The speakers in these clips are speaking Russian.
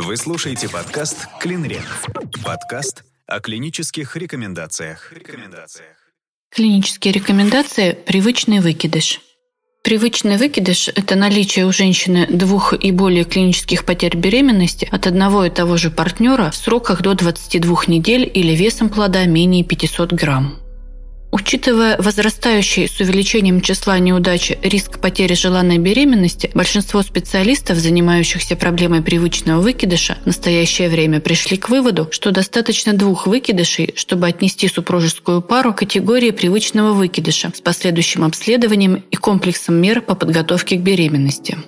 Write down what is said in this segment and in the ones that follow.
Вы слушаете подкаст «Клинрек». Подкаст о клинических рекомендациях. Клинические рекомендации – привычный выкидыш. Привычный выкидыш – это наличие у женщины 2 и более клинических потерь беременности от одного и того же партнера в сроках до 22 недель или весом плода менее 500 грамм. Учитывая возрастающий с увеличением числа неудач риск потери желанной беременности, большинство специалистов, занимающихся проблемой привычного выкидыша, в настоящее время пришли к выводу, что достаточно 2 выкидышей, чтобы отнести супружескую пару к категории привычного выкидыша с последующим обследованием и комплексом мер по подготовке к беременности.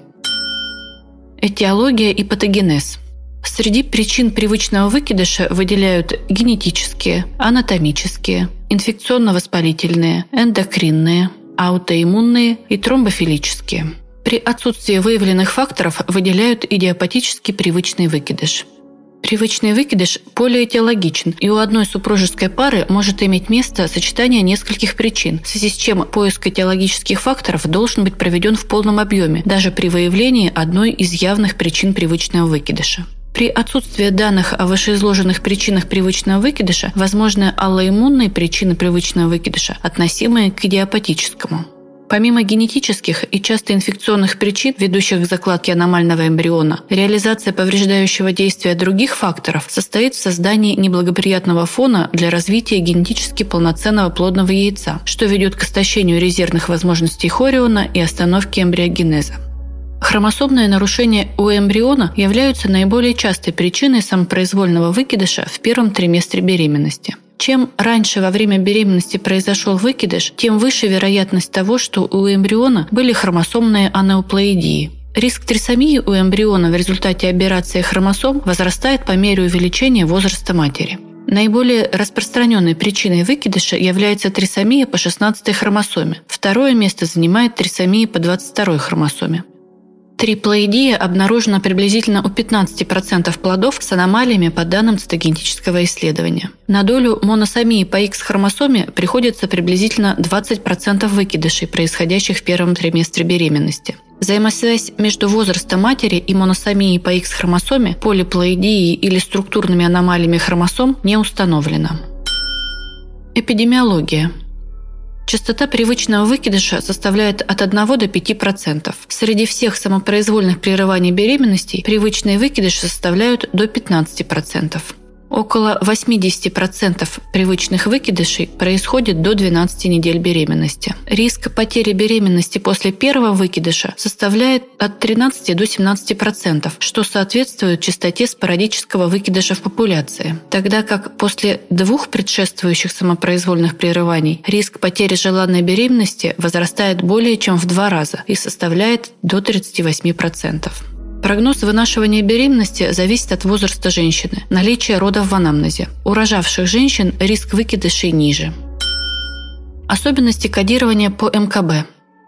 Этиология и патогенез. Среди причин привычного выкидыша выделяют генетические, анатомические, инфекционно-воспалительные, эндокринные, аутоиммунные и тромбофилические. При отсутствии выявленных факторов выделяют идиопатический привычный выкидыш. Привычный выкидыш полиэтиологичен, и у одной супружеской пары может иметь место сочетание нескольких причин, в связи с чем поиск этиологических факторов должен быть проведен в полном объеме, даже при выявлении одной из явных причин привычного выкидыша. При отсутствии данных о вышеизложенных причинах привычного выкидыша возможны аллоиммунные причины привычного выкидыша, относимые к идиопатическому. Помимо генетических и часто инфекционных причин, ведущих к закладке аномального эмбриона, реализация повреждающего действия других факторов состоит в создании неблагоприятного фона для развития генетически полноценного плодного яйца, что ведет к истощению резервных возможностей хориона и остановке эмбриогенеза. Хромосомные нарушения у эмбриона являются наиболее частой причиной самопроизвольного выкидыша в первом триместре беременности. Чем раньше во время беременности произошел выкидыш, тем выше вероятность того, что у эмбриона были хромосомные анеуплоидии. Риск трисомии у эмбриона в результате аберрации хромосом возрастает по мере увеличения возраста матери. Наиболее распространенной причиной выкидыша является трисомия по 16-й хромосоме. Второе место занимает трисомия по 22-й хромосоме. Триплоидия обнаружена приблизительно у 15% плодов с аномалиями по данным цитогенетического исследования. На долю моносомии по X-хромосоме приходится приблизительно 20% выкидышей, происходящих в первом триместре беременности. Взаимосвязь между возрастом матери и моносомией по X-хромосоме, полиплоидией или структурными аномалиями хромосом не установлена. Эпидемиология. Частота привычного выкидыша составляет от 1 до 5%. Среди всех самопроизвольных прерываний беременностей привычные выкидыши составляют до 15%. Около 80% привычных выкидышей происходит до 12 недель беременности. Риск потери беременности после первого выкидыша составляет от 13 до 17%, что соответствует частоте спорадического выкидыша в популяции, тогда как после 2 предшествующих самопроизвольных прерываний риск потери желанной беременности возрастает более чем в 2 раза и составляет до 38%. Прогноз вынашивания беременности зависит от возраста женщины, наличия родов в анамнезе. У рожавших женщин риск выкидышей ниже. Особенности кодирования по МКБ.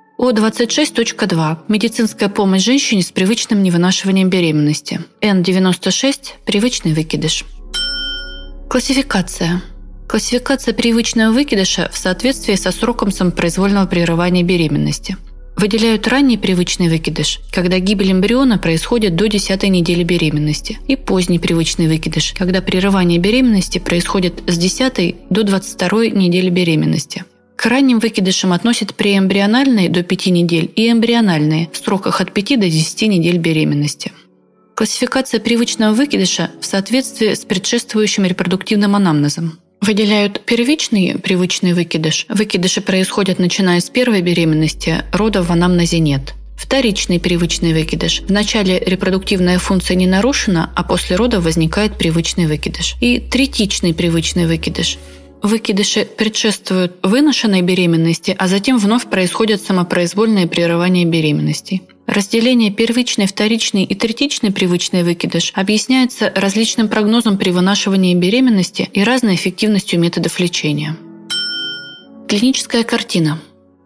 О26.2. Медицинская помощь женщине с привычным невынашиванием беременности. Н96. Привычный выкидыш. Классификация. Классификация привычного выкидыша в соответствии со сроком самопроизвольного прерывания беременности. Выделяют ранний привычный выкидыш, когда гибель эмбриона происходит до 10-й недели беременности, и поздний привычный выкидыш, когда прерывание беременности происходит с 10-й до 22-й недели беременности. К ранним выкидышам относят преэмбриональные до 5 недель и эмбриональные в сроках от 5 до 10 недель беременности. Классификация привычного выкидыша в соответствии с предшествующим репродуктивным анамнезом. Выделяют первичный привычный выкидыш. Выкидыши происходят начиная с первой беременности, родов в анамнезе нет. Вторичный привычный выкидыш. В начале репродуктивная функция не нарушена, а после родов возникает привычный выкидыш. И третичный привычный выкидыш. Выкидыши предшествуют выношенной беременности, а затем вновь происходят самопроизвольные прерывания беременностей. Разделение первичный, вторичный и третичный привычный выкидыш объясняется различным прогнозом при вынашивании беременности и разной эффективностью методов лечения. Клиническая картина.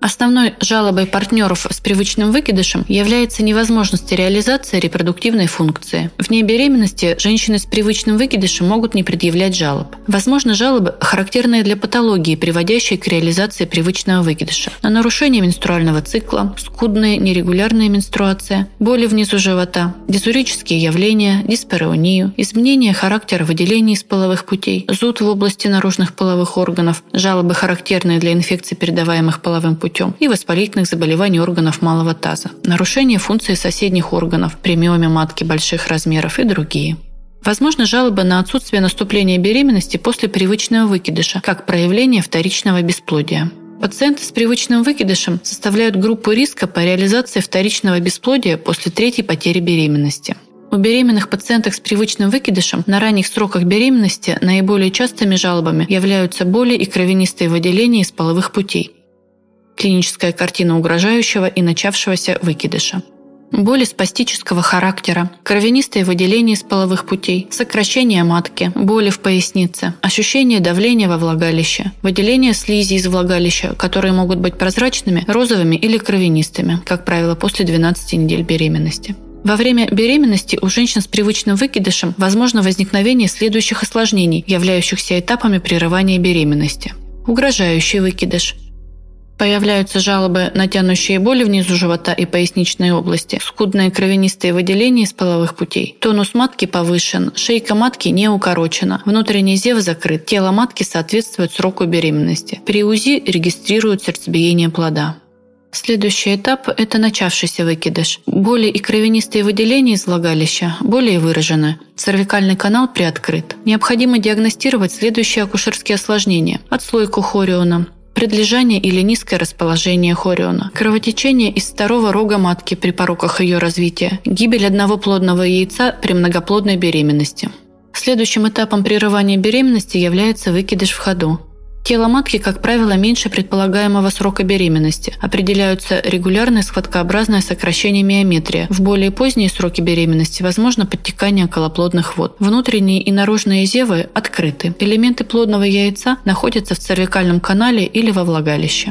Основной жалобой партнеров с привычным выкидышем является невозможность реализации репродуктивной функции. Вне беременности женщины с привычным выкидышем могут не предъявлять жалоб. Возможны жалобы, характерные для патологии, приводящей к реализации привычного выкидыша, на нарушение менструального цикла, скудная нерегулярная менструация, боли внизу живота, дисурические явления, диспареонию, изменение характера выделений из половых путей, зуд в области наружных половых органов, жалобы, характерные для инфекций, передаваемых половым путем, и воспалительных заболеваний органов малого таза, нарушение функции соседних органов при миоме матки больших размеров и другие. Возможны жалобы на отсутствие наступления беременности после привычного выкидыша, как проявление вторичного бесплодия. Пациенты с привычным выкидышем составляют группу риска по реализации вторичного бесплодия после третьей потери беременности. У беременных пациенток с привычным выкидышем на ранних сроках беременности наиболее частыми жалобами являются боли и кровянистые выделения из половых путей. Клиническая картина угрожающего и начавшегося выкидыша. Боли спастического характера, кровянистые выделения из половых путей, сокращение матки, боли в пояснице, ощущение давления во влагалище, выделение слизи из влагалища, которые могут быть прозрачными, розовыми или кровянистыми, как правило, после 12 недель беременности. Во время беременности у женщин с привычным выкидышем возможно возникновение следующих осложнений, являющихся этапами прерывания беременности. Угрожающий выкидыш. Появляются жалобы на тянущие боли внизу живота и поясничной области, скудные кровянистые выделения из половых путей, тонус матки повышен, шейка матки не укорочена, внутренний зев закрыт, тело матки соответствует сроку беременности. При УЗИ регистрируют сердцебиение плода. Следующий этап – это начавшийся выкидыш. Боли и кровянистые выделения из влагалища более выражены. Цервикальный канал приоткрыт. Необходимо диагностировать следующие акушерские осложнения: отслойку хориона, предлежание или низкое расположение хориона, кровотечение из второго рога матки при пороках ее развития, гибель одного плодного яйца при многоплодной беременности. Следующим этапом прерывания беременности является выкидыш в ходу. Тело матки, как правило, меньше предполагаемого срока беременности. Определяются регулярное схваткообразное сокращение миометрия. В более поздние сроки беременности возможно подтекание околоплодных вод. Внутренние и наружные зевы открыты. Элементы плодного яйца находятся в цервикальном канале или во влагалище.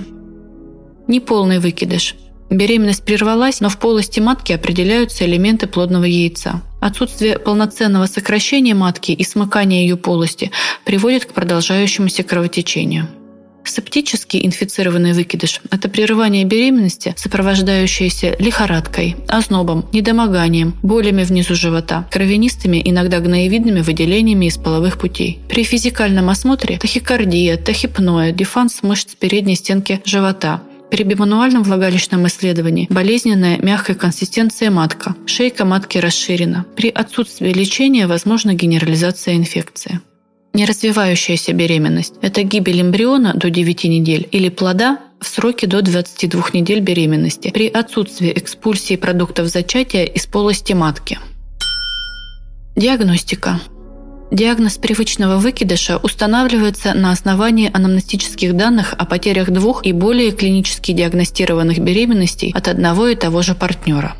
Неполный выкидыш. Беременность прервалась, но в полости матки определяются элементы плодного яйца. Отсутствие полноценного сокращения матки и смыкания ее полости приводит к продолжающемуся кровотечению. Септический инфицированный выкидыш – это прерывание беременности, сопровождающееся лихорадкой, ознобом, недомоганием, болями внизу живота, кровянистыми, иногда гноевидными выделениями из половых путей. При физикальном осмотре тахикардия, тахипноэ, дефанс мышц передней стенки живота. При бимануальном влагалищном исследовании болезненная мягкая консистенция матка, шейка матки расширена. При отсутствии лечения возможна генерализация инфекции. Неразвивающаяся беременность – это гибель эмбриона до 9 недель или плода в сроке до 22 недель беременности при отсутствии экспульсии продуктов зачатия из полости матки. Диагностика. Диагноз привычного выкидыша устанавливается на основании анамнестических данных о потерях 2 и более клинически диагностированных беременностей от одного и того же партнера.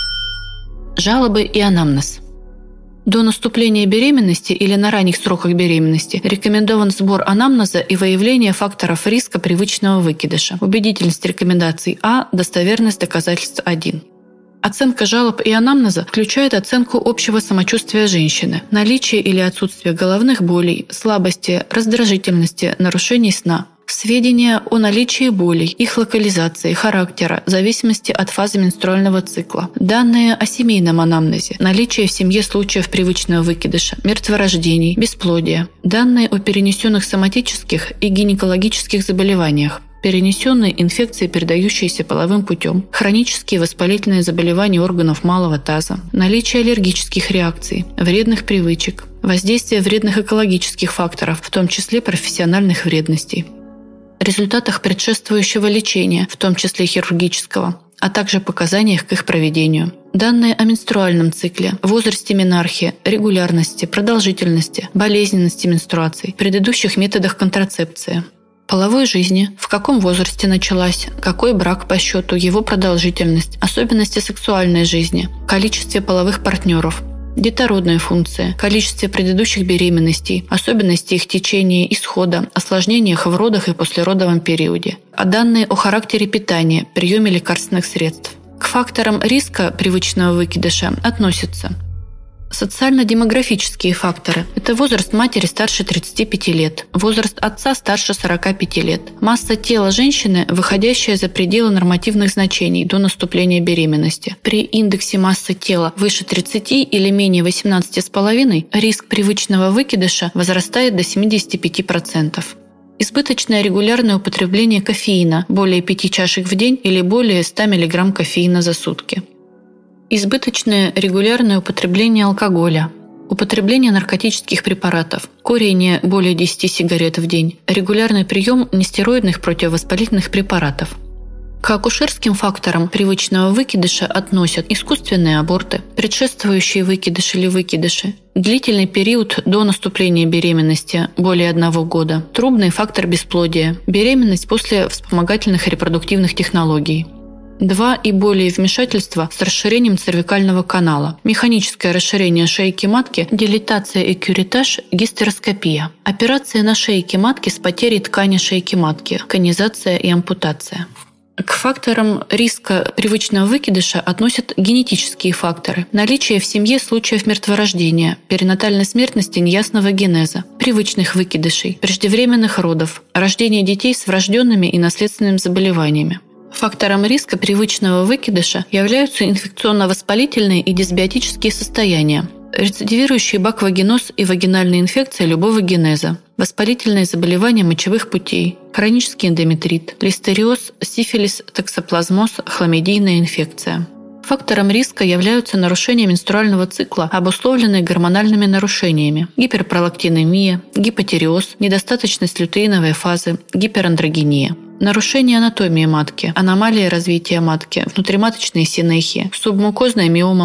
Жалобы и анамнез. До наступления беременности или на ранних сроках беременности рекомендован сбор анамнеза и выявление факторов риска привычного выкидыша. Убедительность рекомендаций А, достоверность доказательств 1. Оценка жалоб и анамнеза включает оценку общего самочувствия женщины, наличие или отсутствие головных болей, слабости, раздражительности, нарушений сна, сведения о наличии болей, их локализации, характера, в зависимости от фазы менструального цикла, данные о семейном анамнезе, наличие в семье случаев привычного выкидыша, мертворождений, бесплодия, данные о перенесенных соматических и гинекологических заболеваниях, перенесенные инфекции, передающиеся половым путем, хронические воспалительные заболевания органов малого таза, наличие аллергических реакций, вредных привычек, воздействие вредных экологических факторов, в том числе профессиональных вредностей, результатах предшествующего лечения, в том числе хирургического, а также показаниях к их проведению. Данные о менструальном цикле, возрасте менархии, регулярности, продолжительности, болезненности менструаций, предыдущих методах контрацепции, половой жизни, в каком возрасте началась, какой брак по счету, его продолжительность, особенности сексуальной жизни, количестве половых партнеров, детородная функция, количество предыдущих беременностей, особенности их течения, исхода, осложнениях в родах и послеродовом периоде, а данные о характере питания, приеме лекарственных средств. К факторам риска привычного выкидыша относятся социально-демографические факторы. Это возраст матери старше 35 лет, возраст отца старше 45 лет, масса тела женщины, выходящая за пределы нормативных значений до наступления беременности. При индексе массы тела выше 30 или менее 18,5 риск привычного выкидыша возрастает до 75%. Избыточное регулярное употребление кофеина – более 5 чашек в день или более 100 мг кофеина за сутки. Избыточное регулярное употребление алкоголя, употребление наркотических препаратов, курение более 10 сигарет в день, регулярный прием нестероидных противовоспалительных препаратов. К акушерским факторам привычного выкидыша относят искусственные аборты, предшествующие выкидыш или выкидыши, длительный период до наступления беременности более 1 года, трубный фактор бесплодия, беременность после вспомогательных репродуктивных технологий. 2 и более вмешательства с расширением цервикального канала, механическое расширение шейки матки, дилатация и кюретаж, гистероскопия, операция на шейке матки с потерей ткани шейки матки, конизация и ампутация. К факторам риска привычного выкидыша относят генетические факторы, наличие в семье случаев мертворождения, перинатальной смертности неясного генеза, привычных выкидышей, преждевременных родов, рождение детей с врожденными и наследственными заболеваниями. Фактором риска привычного выкидыша являются инфекционно-воспалительные и дисбиотические состояния, рецидивирующий баквагеноз и вагинальные инфекции любого генеза, воспалительные заболевания мочевых путей, хронический эндометрит, листериоз, сифилис, токсоплазмоз, хламидийная инфекция. Фактором риска являются нарушения менструального цикла, обусловленные гормональными нарушениями, гиперпролактинемия, гипотиреоз, недостаточность лютеиновой фазы, гиперандрогения. Нарушение анатомии матки, аномалии развития матки, внутриматочные синехии, субмукозная миома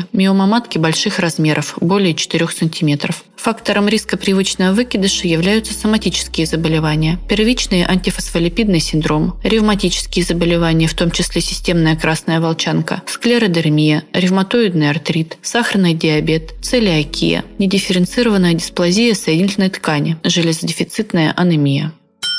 матки больших размеров, более 4 см. Фактором риска привычного выкидыша являются соматические заболевания, первичный антифосфолипидный синдром, ревматические заболевания, в том числе системная красная волчанка, склеродермия, ревматоидный артрит, сахарный диабет, целиакия, недифференцированная дисплазия соединительной ткани, железодефицитная анемия.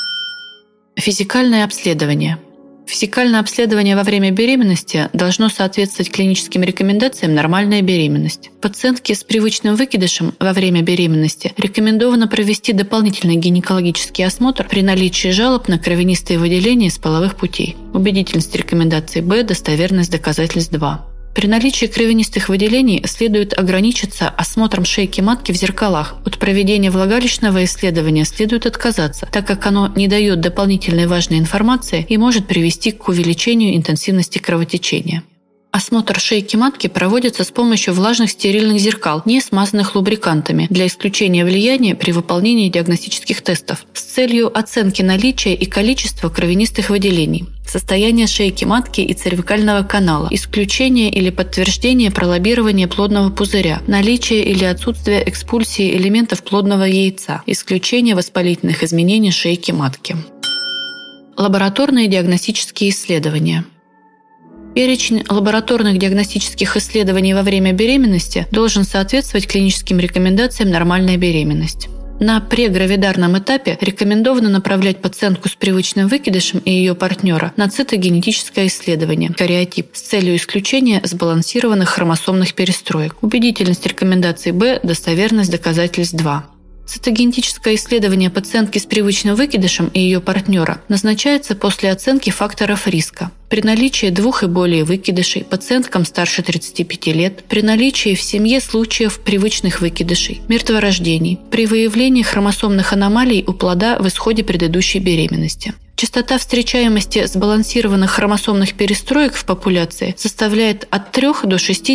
Физикальное обследование. Физикальное обследование во время беременности должно соответствовать клиническим рекомендациям «нормальная беременность». Пациентке с привычным выкидышем во время беременности рекомендовано провести дополнительный гинекологический осмотр при наличии жалоб на кровянистые выделения из половых путей. Убедительность рекомендаций Б, достоверность доказательств 2. При наличии кровянистых выделений следует ограничиться осмотром шейки матки в зеркалах. От проведения влагалищного исследования следует отказаться, так как оно не дает дополнительной важной информации и может привести к увеличению интенсивности кровотечения. Осмотр шейки матки проводится с помощью влажных стерильных зеркал, не смазанных лубрикантами, для исключения влияния при выполнении диагностических тестов с целью оценки наличия и количества кровянистых выделений, состояние шейки матки и цервикального канала, исключение или подтверждение пролоббирования плодного пузыря, наличие или отсутствие экспульсии элементов плодного яйца, исключение воспалительных изменений шейки матки. Лабораторные диагностические исследования. Перечень лабораторных диагностических исследований во время беременности должен соответствовать клиническим рекомендациям «нормальная беременность». На прегравидарном этапе рекомендовано направлять пациентку с привычным выкидышем и ее партнера на цитогенетическое исследование кариотип с целью исключения сбалансированных хромосомных перестроек. Убедительность рекомендаций Б, достоверность доказательств 2. Цитогенетическое исследование пациентки с привычным выкидышем и ее партнера назначается после оценки факторов риска. При наличии 2 и более выкидышей пациенткам старше 35 лет, при наличии в семье случаев привычных выкидышей, мертворождений, при выявлении хромосомных аномалий у плода в исходе предыдущей беременности. Частота встречаемости сбалансированных хромосомных перестроек в популяции составляет от 3 до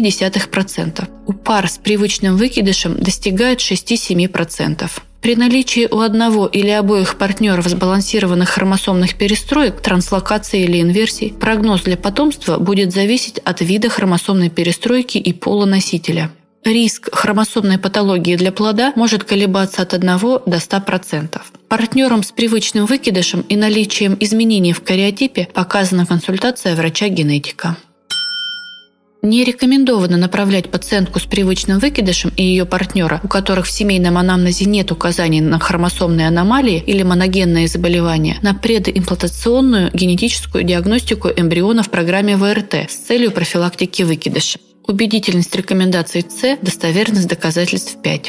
0,6%. У пар с привычным выкидышем достигает 6-7%. При наличии у одного или обоих партнеров сбалансированных хромосомных перестроек, транслокации или инверсий, прогноз для потомства будет зависеть от вида хромосомной перестройки и пола носителя. Риск хромосомной патологии для плода может колебаться от 1 до 100%. Партнерам с привычным выкидышем и наличием изменений в кариотипе показана консультация врача-генетика. Не рекомендовано направлять пациентку с привычным выкидышем и ее партнера, у которых в семейном анамнезе нет указаний на хромосомные аномалии или моногенные заболевания, на предимплантационную генетическую диагностику эмбриона в программе ВРТ с целью профилактики выкидыша. Убедительность рекомендаций С, достоверность доказательств 5.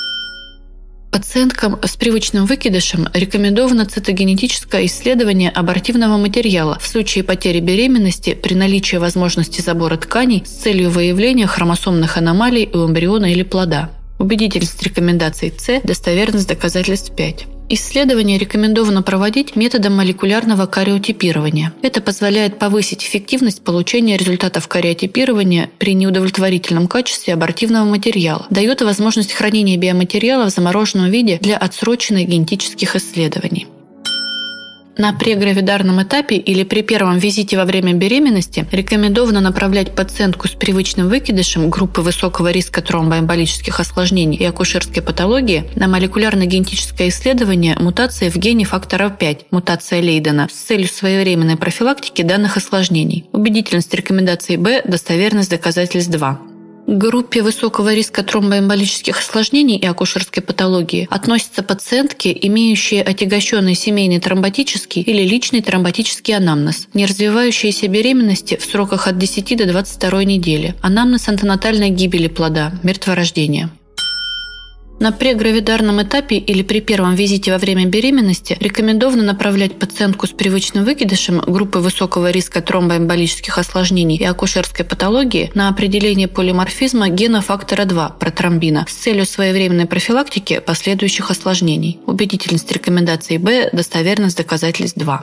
Пациенткам с привычным выкидышем рекомендовано цитогенетическое исследование абортивного материала в случае потери беременности при наличии возможности забора тканей с целью выявления хромосомных аномалий у эмбриона или плода. Убедительность рекомендаций С, достоверность доказательств 5. Исследование рекомендовано проводить методом молекулярного кариотипирования. Это позволяет повысить эффективность получения результатов кариотипирования при неудовлетворительном качестве абортивного материала, дает возможность хранения биоматериала в замороженном виде для отсроченных генетических исследований. На прегравидарном этапе или при первом визите во время беременности рекомендовано направлять пациентку с привычным выкидышем группы высокого риска тромбоэмболических осложнений и акушерской патологии на молекулярно-генетическое исследование мутации в гене фактора 5, мутация Лейдена, с целью своевременной профилактики данных осложнений. Убедительность рекомендаций Б, достоверность доказательств 2. К группе высокого риска тромбоэмболических осложнений и акушерской патологии относятся пациентки, имеющие отягощенный семейный тромботический или личный тромботический анамнез, не развивающиеся беременности в сроках от 10 до 22 недели, анамнез антенатальной гибели плода, мертворождения. На прегравидарном этапе или при первом визите во время беременности рекомендовано направлять пациентку с привычным выкидышем группы высокого риска тромбоэмболических осложнений и акушерской патологии на определение полиморфизма гена фактора 2 протромбина с целью своевременной профилактики последующих осложнений. Убедительность рекомендаций Б, достоверность доказательств 2.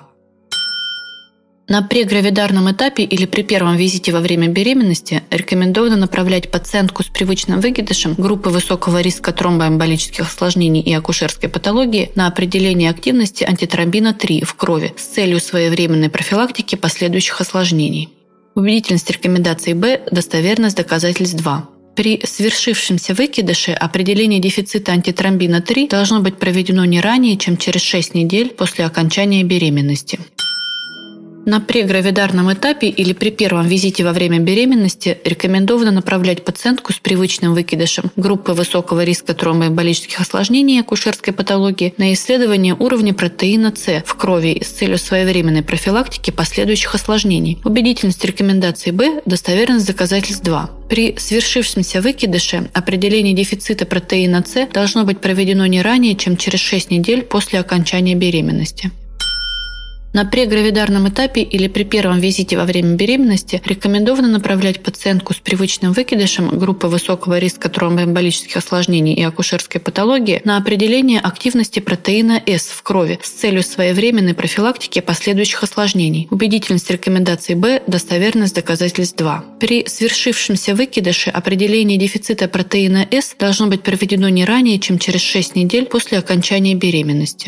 На прегравидарном этапе или при первом визите во время беременности рекомендовано направлять пациентку с привычным выкидышем группы высокого риска тромбоэмболических осложнений и акушерской патологии на определение активности антитромбина 3 в крови с целью своевременной профилактики последующих осложнений. Убедительность рекомендаций Б, достоверность доказательств 2. При свершившемся выкидыше определение дефицита антитромбина 3 должно быть проведено не ранее, чем через 6 недель после окончания беременности. На прегравидарном этапе или при первом визите во время беременности рекомендовано направлять пациентку с привычным выкидышем группы высокого риска тромбоэмболических осложнений и акушерской патологии на исследование уровня протеина С в крови с целью своевременной профилактики последующих осложнений. Убедительность рекомендаций Б, достоверность доказательств 2. При свершившемся выкидыше определение дефицита протеина С должно быть проведено не ранее, чем через 6 недель после окончания беременности. На прегравидарном этапе или при первом визите во время беременности рекомендовано направлять пациентку с привычным выкидышем группы высокого риска тромбоэмболических осложнений и акушерской патологии на определение активности протеина С в крови с целью своевременной профилактики последующих осложнений. Убедительность рекомендаций Б, достоверность доказательств 2. При свершившемся выкидыше определение дефицита протеина С должно быть проведено не ранее, чем через 6 недель после окончания беременности.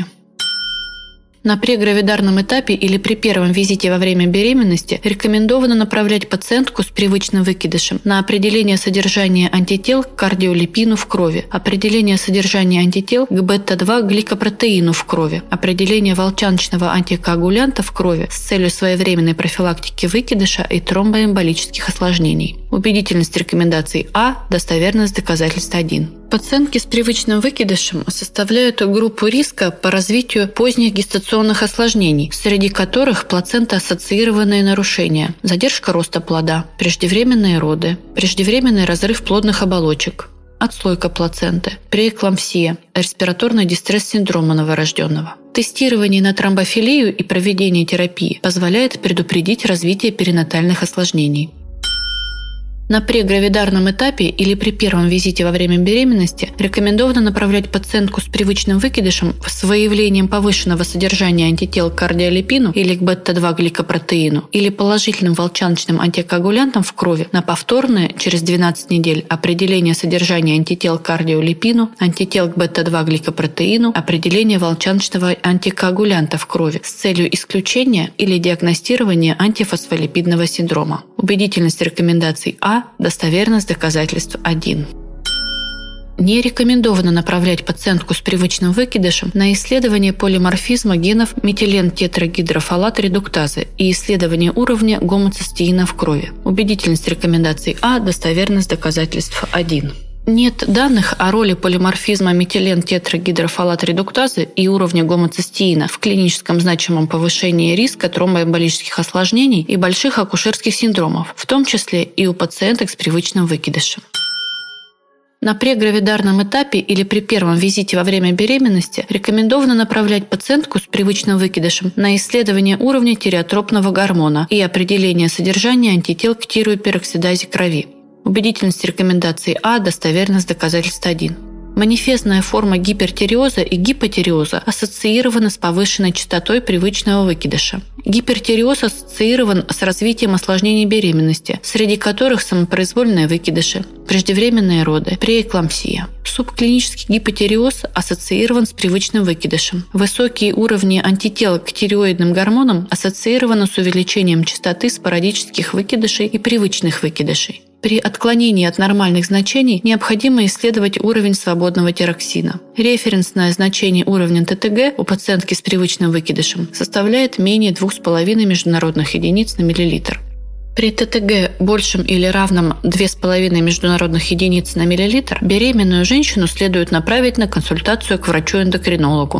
На прегравидарном этапе или при первом визите во время беременности рекомендовано направлять пациентку с привычным выкидышем на определение содержания антител к кардиолипину в крови, определение содержания антител к бета-2 гликопротеину в крови, определение волчаночного антикоагулянта в крови с целью своевременной профилактики выкидыша и тромбоэмболических осложнений. Убедительность рекомендаций А, достоверность доказательств 1. Пациентки с привычным выкидышем составляют группу риска по развитию поздних гестационных осложнений, среди которых плацентоассоциированные нарушения, задержка роста плода, преждевременные роды, преждевременный разрыв плодных оболочек, отслойка плаценты, преэклампсия, респираторный дистресс-синдром новорожденного. Тестирование на тромбофилию и проведение терапии позволяет предупредить развитие перинатальных осложнений. На прегравидарном этапе или при первом визите во время беременности рекомендовано направлять пациентку с привычным выкидышем с выявлением повышенного содержания антител к кардиолипину или к бета-2 гликопротеину или положительным волчаночным антикоагулянтом в крови на повторное через 12 недель определение содержания антител к кардиолипину, антител к бета-2 гликопротеину, определение волчаночного антикоагулянта в крови с целью исключения или диагностирования антифосфолипидного синдрома. Убедительность рекомендаций А, достоверность доказательств 1. Не рекомендовано направлять пациентку с привычным выкидышем на исследование полиморфизма генов метилен-тетрагидрофолат-редуктазы и исследование уровня гомоцистеина в крови. Убедительность рекомендаций А, достоверность доказательств 1. Нет данных о роли полиморфизма метилен-тетрагидрофолат-редуктазы и уровня гомоцистеина в клиническом значимом повышении риска тромбоэмболических осложнений и больших акушерских синдромов, в том числе и у пациенток с привычным выкидышем. На прегравидарном этапе или при первом визите во время беременности рекомендовано направлять пациентку с привычным выкидышем на исследование уровня тиреотропного гормона и определение содержания антител к тиреопероксидазе крови. Убедительность рекомендаций А, достоверность доказательств 1. Манифестная форма гипертиреоза и гипотиреоза ассоциирована с повышенной частотой привычного выкидыша. Гипертиреоз ассоциирован с развитием осложнений беременности, среди которых самопроизвольные выкидыши, преждевременные роды, преэклампсия. Субклинический гипотиреоз ассоциирован с привычным выкидышем. Высокие уровни антител к тиреоидным гормонам ассоциированы с увеличением частоты спорадических выкидышей и привычных выкидышей. При отклонении от нормальных значений необходимо исследовать уровень свободного тироксина. Референсное значение уровня ТТГ у пациентки с привычным выкидышем составляет менее 2,5 международных единиц на миллилитр. При ТТГ большем или равном 2,5 международных единиц на миллилитр беременную женщину следует направить на консультацию к врачу-эндокринологу.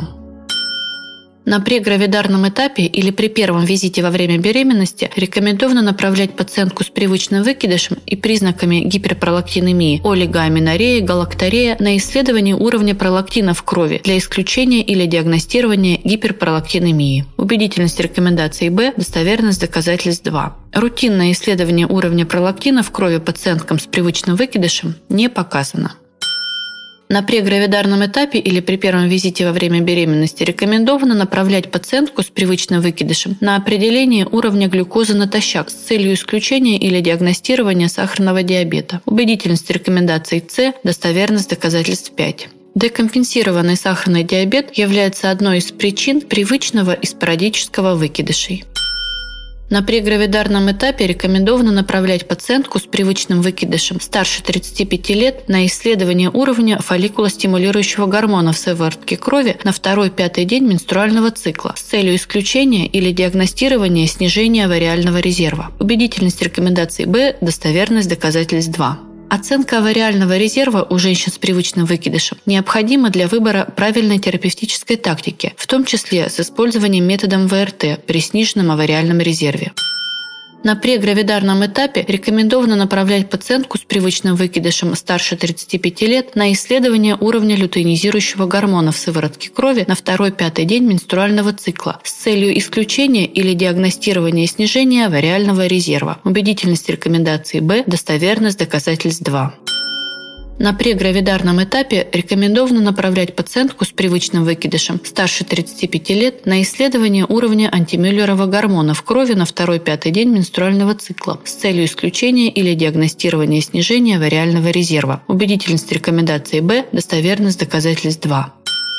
На прегравидарном этапе или при первом визите во время беременности рекомендовано направлять пациентку с привычным выкидышем и признаками гиперпролактинемии, олигоаминореи, галакторея на исследование уровня пролактина в крови для исключения или диагностирования гиперпролактинемии. Убедительность рекомендаций Б, достоверность доказательств 2. Рутинное исследование уровня пролактина в крови пациенткам с привычным выкидышем не показано. На прегравидарном этапе или при первом визите во время беременности рекомендовано направлять пациентку с привычным выкидышем на определение уровня глюкозы натощак с целью исключения или диагностирования сахарного диабета. Убедительность рекомендаций С, достоверность доказательств 5. Декомпенсированный сахарный диабет является одной из причин привычного и спорадического выкидышей. На прегравидарном этапе рекомендовано направлять пациентку с привычным выкидышем старше 35 лет на исследование уровня фолликулостимулирующего гормона в сыворотке крови на 2-5 день менструального цикла с целью исключения или диагностирования снижения авариального резерва. Убедительность рекомендаций Б, достоверность доказательств 2. Оценка авариального резерва у женщин с привычным выкидышем необходима для выбора правильной терапевтической тактики, в том числе с использованием методом ВРТ при сниженном авариальном резерве. На прегравидарном этапе рекомендовано направлять пациентку с привычным выкидышем старше 35 лет на исследование уровня лютеинизирующего гормона в сыворотке крови на 2-5 день менструального цикла с целью исключения или диагностирования снижения авариального резерва. Убедительность рекомендаций Б, достоверность доказательств 2. На прегравидарном этапе рекомендовано направлять пациентку с привычным выкидышем старше 35 лет на исследование уровня антимюллерова гормона в крови на 2-5 день менструального цикла с целью исключения или диагностирования снижения авариального резерва. Убедительность рекомендаций Б, достоверность доказательств 2.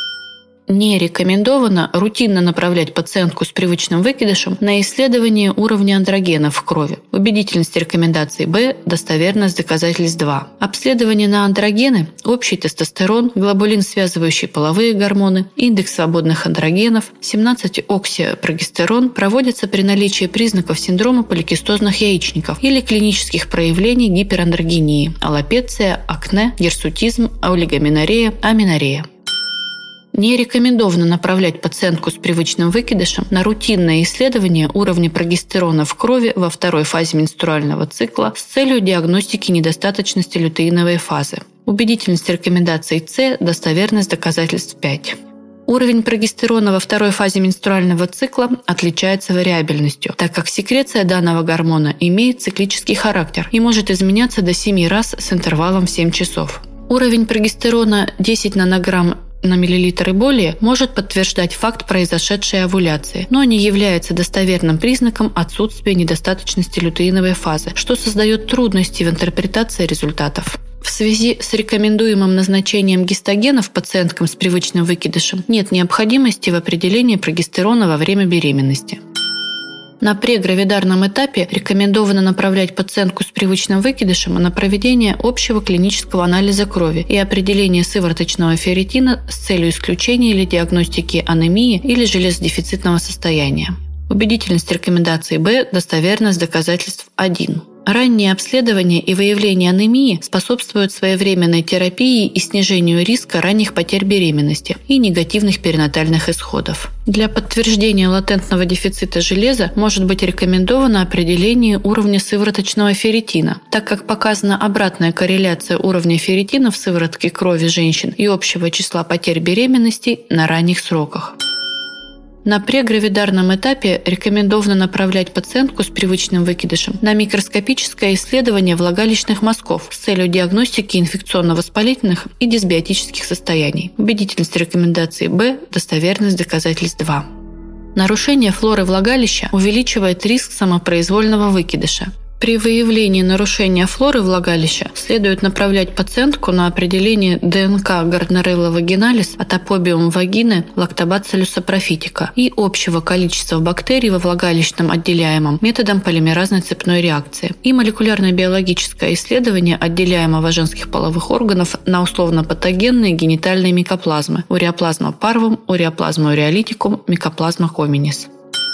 Не рекомендовано рутинно направлять пациентку с привычным выкидышем на исследование уровня андрогенов в крови. Убедительность рекомендаций Б, достоверность доказательств 2. Обследование на андрогены, общий тестостерон, глобулин, связывающий половые гормоны, индекс свободных андрогенов, 17-оксипрогестерон проводятся при наличии признаков синдрома поликистозных яичников или клинических проявлений гиперандрогении, аллопеция, акне, гирсутизм, олигоменорея, аменорея. Не рекомендовано направлять пациентку с привычным выкидышем на рутинное исследование уровня прогестерона в крови во второй фазе менструального цикла с целью диагностики недостаточности лютеиновой фазы. Убедительность рекомендаций С, достоверность доказательств 5. Уровень прогестерона во второй фазе менструального цикла отличается вариабельностью, так как секреция данного гормона имеет циклический характер и может изменяться до 7 раз с интервалом в 7 часов. Уровень прогестерона 10 нанограмм на миллилитр и более может подтверждать факт произошедшей овуляции, но не является достоверным признаком отсутствия недостаточности лютеиновой фазы, что создает трудности в интерпретации результатов. В связи с рекомендуемым назначением гистогенов пациенткам с привычным выкидышем нет необходимости в определении прогестерона во время беременности. На прегравидарном этапе рекомендовано направлять пациентку с привычным выкидышем на проведение общего клинического анализа крови и определение сывороточного ферритина с целью исключения или диагностики анемии или железодефицитного состояния. Убедительность рекомендации Б, достоверность доказательств 1. Раннее обследование и выявление анемии способствуют своевременной терапии и снижению риска ранних потерь беременности и негативных перинатальных исходов. Для подтверждения латентного дефицита железа может быть рекомендовано определение уровня сывороточного ферритина, так как показана обратная корреляция уровня ферритина в сыворотке крови женщин и общего числа потерь беременности на ранних сроках. На прегравидарном этапе рекомендовано направлять пациентку с привычным выкидышем на микроскопическое исследование влагалищных мазков с целью диагностики инфекционно-воспалительных и дисбиотических состояний. Убедительность рекомендации Б, достоверность доказательств 2. Нарушение флоры влагалища увеличивает риск самопроизвольного выкидыша. При выявлении нарушения флоры влагалища следует направлять пациентку на определение ДНК Gardnerella vaginalis, атопобиум вагины, лактобациллус сапрофитика и общего количества бактерий во влагалищном отделяемом методом полимеразной цепной реакции и молекулярно-биологическое исследование отделяемого женских половых органов на условно-патогенные генитальные микоплазмы – уреоплазма парвум, уреоплазма уреолитикум, микоплазма коминис.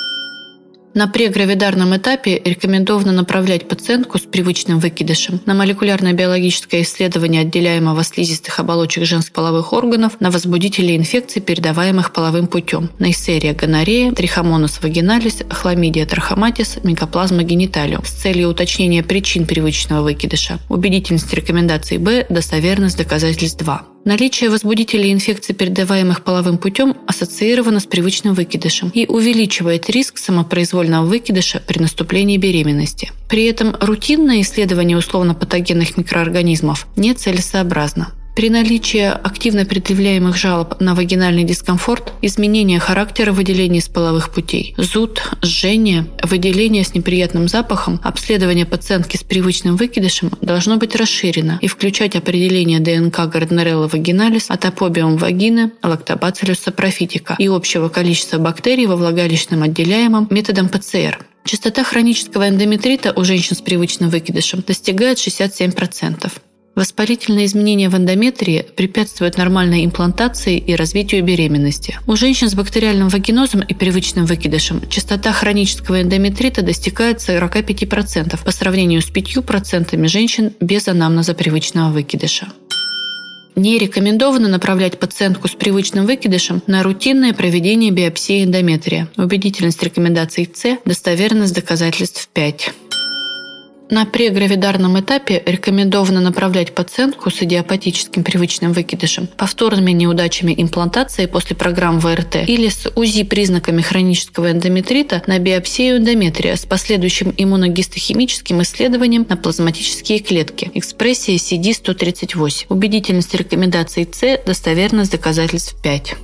На прегравидарном этапе рекомендовано направлять пациентку с привычным выкидышем на молекулярно-биологическое исследование отделяемого слизистых оболочек женских половых органов на возбудители инфекций, передаваемых половым путем – Neisseria gonorrhoeae, Trichomonas vaginalis, Chlamydia trachomatis, микоплазма гениталиум с целью уточнения причин привычного выкидыша. Убедительность рекомендаций Б, достоверность доказательств 2. Наличие возбудителей инфекций, передаваемых половым путем, ассоциировано с привычным выкидышем и увеличивает риск самопроизвольного выкидыша при наступлении беременности. При этом рутинное исследование условно-патогенных микроорганизмов нецелесообразно. При наличии активно предъявляемых жалоб на вагинальный дискомфорт, изменение характера выделений из половых путей, зуд, жжение, выделение с неприятным запахом, обследование пациентки с привычным выкидышем должно быть расширено и включать определение ДНК Gardnerella vaginalis, атопобиум вагины, лактобациллус сапрофитика и общего количества бактерий во влагалищном отделяемом методом ПЦР. Частота хронического эндометрита у женщин с привычным выкидышем достигает 67%. Воспалительные изменения в эндометрии препятствуют нормальной имплантации и развитию беременности. У женщин с бактериальным вагинозом и привычным выкидышем частота хронического эндометрита достигает 45% по сравнению с 5% женщин без анамнеза привычного выкидыша. Не рекомендовано направлять пациентку с привычным выкидышем на рутинное проведение биопсии эндометрия. Убедительность рекомендаций С, достоверность доказательств 5. На прегравидарном этапе рекомендовано направлять пациентку с идиопатическим привычным выкидышем, повторными неудачами имплантации после программ ВРТ или с УЗИ признаками хронического эндометрита на биопсию эндометрия с последующим иммуногистохимическим исследованием на плазматические клетки, экспрессия CD138. Убедительность рекомендаций С, достоверность доказательств 5.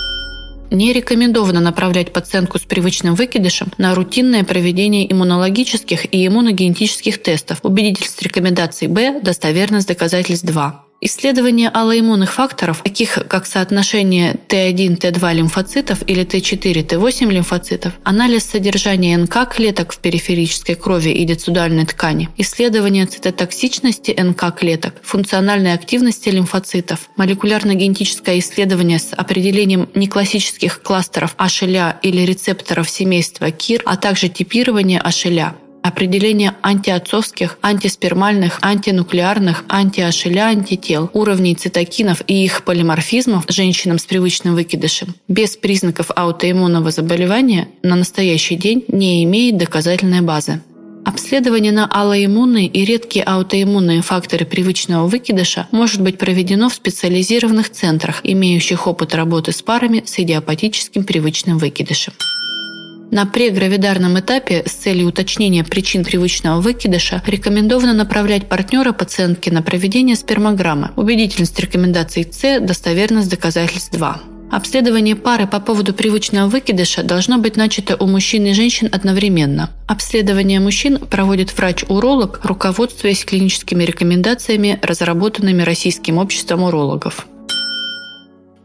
Не рекомендовано направлять пациентку с привычным выкидышем на рутинное проведение иммунологических и иммуногенетических тестов. Убедительность рекомендаций Б, достоверность доказательств 2. Исследования аллоиммунных факторов, таких как соотношение Т1, Т2 лимфоцитов или Т4, Т8 лимфоцитов, анализ содержания НК клеток в периферической крови и децидуальной ткани, исследование цитотоксичности НК клеток, функциональной активности лимфоцитов, молекулярно-генетическое исследование с определением неклассических кластеров HLA или рецепторов семейства КИР, а также типирование HLA. Определение антиотцовских, антиспермальных, антинуклеарных, анти-HLA антител, уровней цитокинов и их полиморфизмов женщинам с привычным выкидышем без признаков аутоиммунного заболевания на настоящий день не имеет доказательной базы. Обследование на аллоиммунные и редкие аутоиммунные факторы привычного выкидыша может быть проведено в специализированных центрах, имеющих опыт работы с парами с идиопатическим привычным выкидышем. На прегравидарном этапе с целью уточнения причин привычного выкидыша рекомендовано направлять партнера пациентки на проведение спермограммы. Убедительность рекомендаций С, достоверность доказательств 2. Обследование пары по поводу привычного выкидыша должно быть начато у мужчин и женщин одновременно. Обследование мужчин проводит врач-уролог, руководствуясь клиническими рекомендациями, разработанными Российским обществом урологов.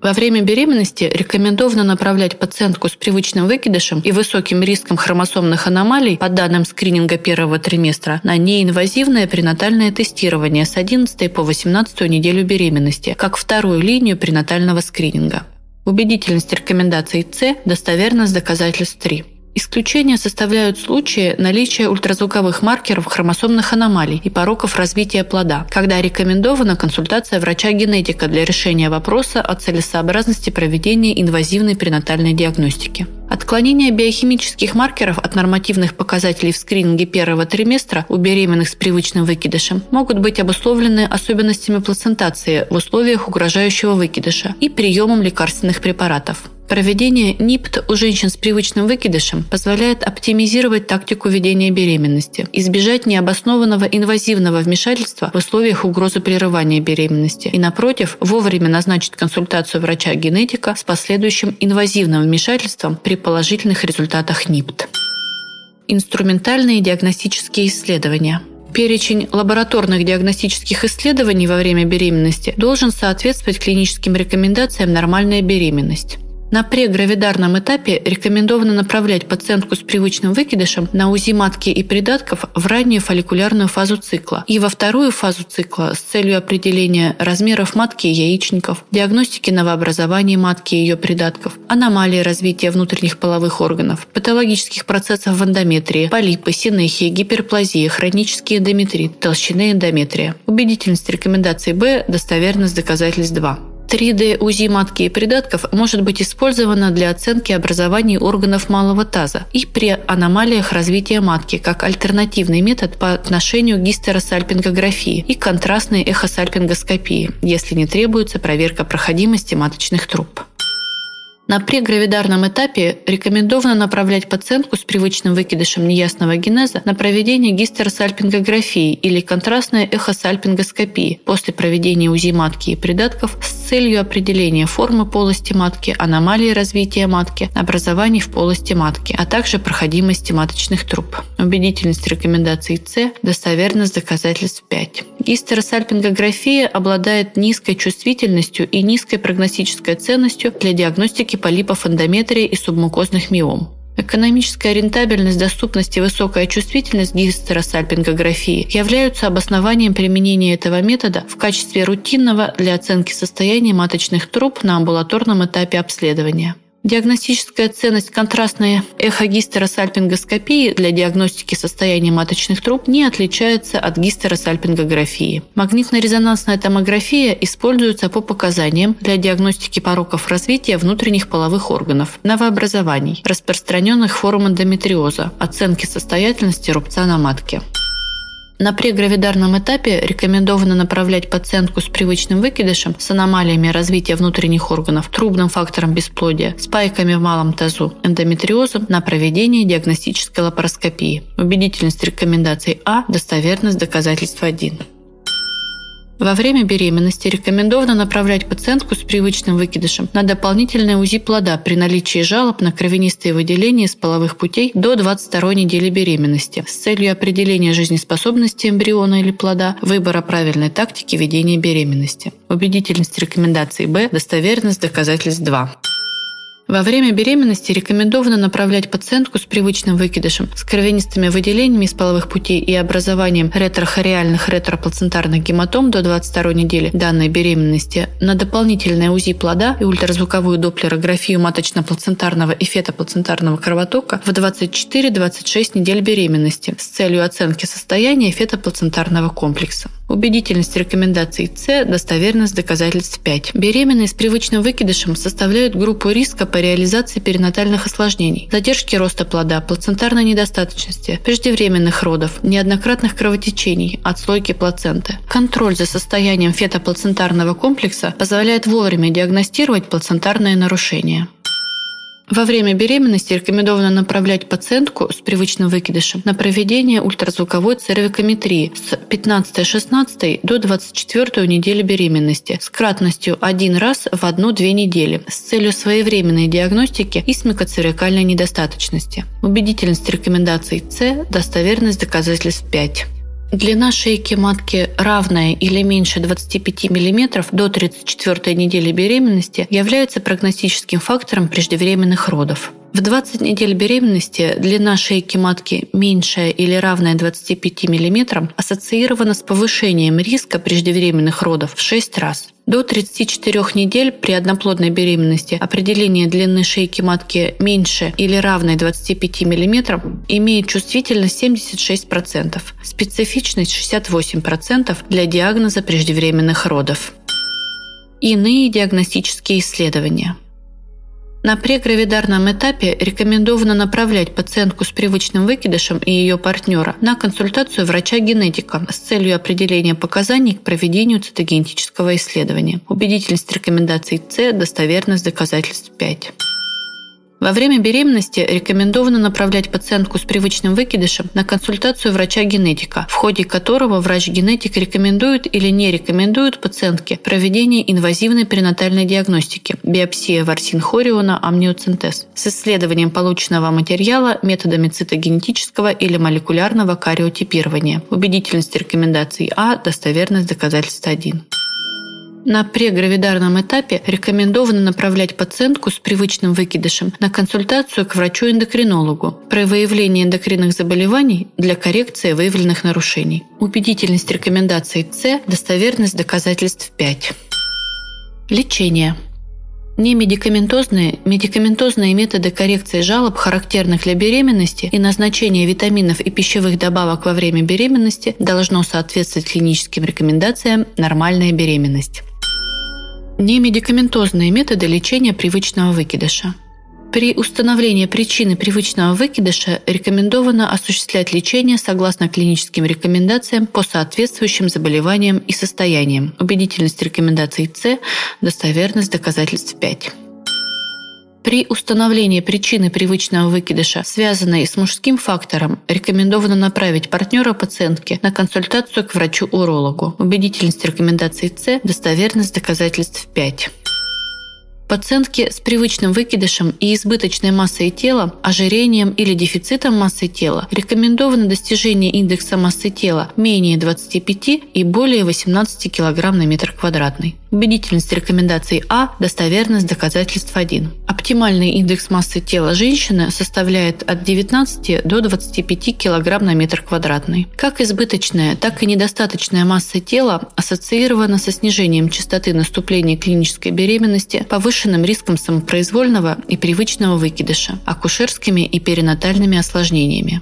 Во время беременности рекомендовано направлять пациентку с привычным выкидышем и высоким риском хромосомных аномалий по данным скрининга первого триместра на неинвазивное пренатальное тестирование с 11 по 18 неделю беременности, как вторую линию пренатального скрининга. Убедительность рекомендаций С, достоверность доказательств 3. Исключения составляют случаи наличия ультразвуковых маркеров хромосомных аномалий и пороков развития плода, когда рекомендована консультация врача-генетика для решения вопроса о целесообразности проведения инвазивной пренатальной диагностики. Отклонения биохимических маркеров от нормативных показателей в скрининге первого триместра у беременных с привычным выкидышем могут быть обусловлены особенностями плацентации в условиях угрожающего выкидыша и приемом лекарственных препаратов. Проведение НИПТ у женщин с привычным выкидышем позволяет оптимизировать тактику ведения беременности, избежать необоснованного инвазивного вмешательства в условиях угрозы прерывания беременности и, напротив, вовремя назначить консультацию врача-генетика с последующим инвазивным вмешательством при положительных результатах НИПТ. Инструментальные диагностические исследования. Перечень лабораторных диагностических исследований во время беременности должен соответствовать клиническим рекомендациям «Нормальная беременность». На прегравидарном этапе рекомендовано направлять пациентку с привычным выкидышем на УЗИ матки и придатков в раннюю фолликулярную фазу цикла и во вторую фазу цикла с целью определения размеров матки и яичников, диагностики новообразований матки и ее придатков, аномалий развития внутренних половых органов, патологических процессов в эндометрии, полипы, синехии, гиперплазия, хронический эндометрит, толщины эндометрия. Убедительность рекомендаций Б, достоверность доказательств 2. 3D УЗИ матки и придатков может быть использовано для оценки образований органов малого таза и при аномалиях развития матки как альтернативный метод по отношению к гистеросальпингографии и контрастной эхосальпингоскопии, если не требуется проверка проходимости маточных труб. На прегравидарном этапе рекомендовано направлять пациентку с привычным выкидышем неясного генеза на проведение гистеросальпингографии или контрастной эхосальпингоскопии после проведения УЗИ матки и придатков с целью определения формы полости матки, аномалии развития матки, образований в полости матки, а также проходимости маточных труб. Убедительность рекомендаций С, достоверность доказательств 5. Гистеросальпингография обладает низкой чувствительностью и низкой прогностической ценностью для диагностики полипов эндометрия и субмукозных миом. Экономическая рентабельность, доступность и высокая чувствительность гистеросальпингографии являются обоснованием применения этого метода в качестве рутинного для оценки состояния маточных труб на амбулаторном этапе обследования. Диагностическая ценность контрастной эхогистеросальпингоскопии для диагностики состояния маточных труб не отличается от гистеросальпингографии. Магнитно-резонансная томография используется по показаниям для диагностики пороков развития внутренних половых органов, новообразований, распространенных форм эндометриоза, оценки состоятельности рубца на матке. На прегравидарном этапе рекомендовано направлять пациентку с привычным выкидышем с аномалиями развития внутренних органов, трубным фактором бесплодия, спайками в малом тазу, эндометриозом на проведение диагностической лапароскопии. Убедительность рекомендаций А, достоверность доказательств 1. Во время беременности рекомендовано направлять пациентку с привычным выкидышем на дополнительное УЗИ плода при наличии жалоб на кровянистые выделения из половых путей до 22 недели беременности с целью определения жизнеспособности эмбриона или плода, выбора правильной тактики ведения беременности. Убедительность рекомендаций Б, достоверность доказательств 2. Во время беременности рекомендовано направлять пациентку с привычным выкидышем с кровянистыми выделениями из половых путей и образованием ретрохориальных ретроплацентарных гематом до 22 недели данной беременности на дополнительное УЗИ плода и ультразвуковую доплерографию маточно-плацентарного и фетоплацентарного кровотока в 24-26 недель беременности с целью оценки состояния фетоплацентарного комплекса. Убедительность рекомендаций С, достоверность доказательств 5. Беременные с привычным выкидышем составляют группу риска по реализации перинатальных осложнений, задержки роста плода, плацентарной недостаточности, преждевременных родов, неоднократных кровотечений, отслойки плаценты. Контроль за состоянием фетоплацентарного комплекса позволяет вовремя диагностировать плацентарные нарушения. Во время беременности рекомендовано направлять пациентку с привычным выкидышем на проведение ультразвуковой цервикометрии с 15-16 до 24 недели беременности с кратностью 1 раз в 1-2 недели с целью своевременной диагностики исмикоцервикальной недостаточности. Убедительность рекомендаций С, достоверность доказательств 5. Длина шейки матки, равная или меньше 25 мм до 34 недели беременности, является прогностическим фактором преждевременных родов. В 20 недель беременности длина шейки матки меньшая или равная 25 мм ассоциирована с повышением риска преждевременных родов в 6 раз. До 34 недель при одноплодной беременности определение длины шейки матки меньше или равной 25 мм имеет чувствительность 76%, специфичность 68% для диагноза преждевременных родов. Иные диагностические исследования. На прегравидарном этапе рекомендовано направлять пациентку с привычным выкидышем и ее партнера на консультацию врача-генетика с целью определения показаний к проведению цитогенетического исследования. Убедительность рекомендаций С, достоверность доказательств 5. Во время беременности рекомендовано направлять пациентку с привычным выкидышем на консультацию врача-генетика, в ходе которого врач-генетик рекомендует или не рекомендует пациентке проведение инвазивной перинатальной диагностики – биопсия ворсин хориона, амниоцентез с исследованием полученного материала методами цитогенетического или молекулярного кариотипирования. Убедительность рекомендаций А, достоверность доказательств 1. На прегравидарном этапе рекомендовано направлять пациентку с привычным выкидышем на консультацию к врачу-эндокринологу при выявлении эндокринных заболеваний для коррекции выявленных нарушений. Убедительность рекомендаций С, достоверность доказательств 5. Лечение. Немедикаментозные, медикаментозные методы коррекции жалоб, характерных для беременности, и назначение витаминов и пищевых добавок во время беременности должно соответствовать клиническим рекомендациям «нормальная беременность». Немедикаментозные методы лечения привычного выкидыша. При установлении причины привычного выкидыша рекомендовано осуществлять лечение согласно клиническим рекомендациям по соответствующим заболеваниям и состояниям. Убедительность рекомендаций С, достоверность доказательств 5. При установлении причины привычного выкидыша, связанной с мужским фактором, рекомендовано направить партнера пациентки на консультацию к врачу-урологу. Убедительность рекомендаций С, достоверность доказательств 5. Пациентки с привычным выкидышем и избыточной массой тела, ожирением или дефицитом массы тела рекомендовано достижение индекса массы тела менее 25 и более 18 кг на метр квадратный. Убедительность рекомендаций А, достоверность доказательств 1. Оптимальный индекс массы тела женщины составляет от 19 до 25 кг на метр квадратный. Как избыточная, так и недостаточная масса тела ассоциирована со снижением частоты наступления клинической беременности, повышенным риском самопроизвольного и привычного выкидыша, акушерскими и перинатальными осложнениями.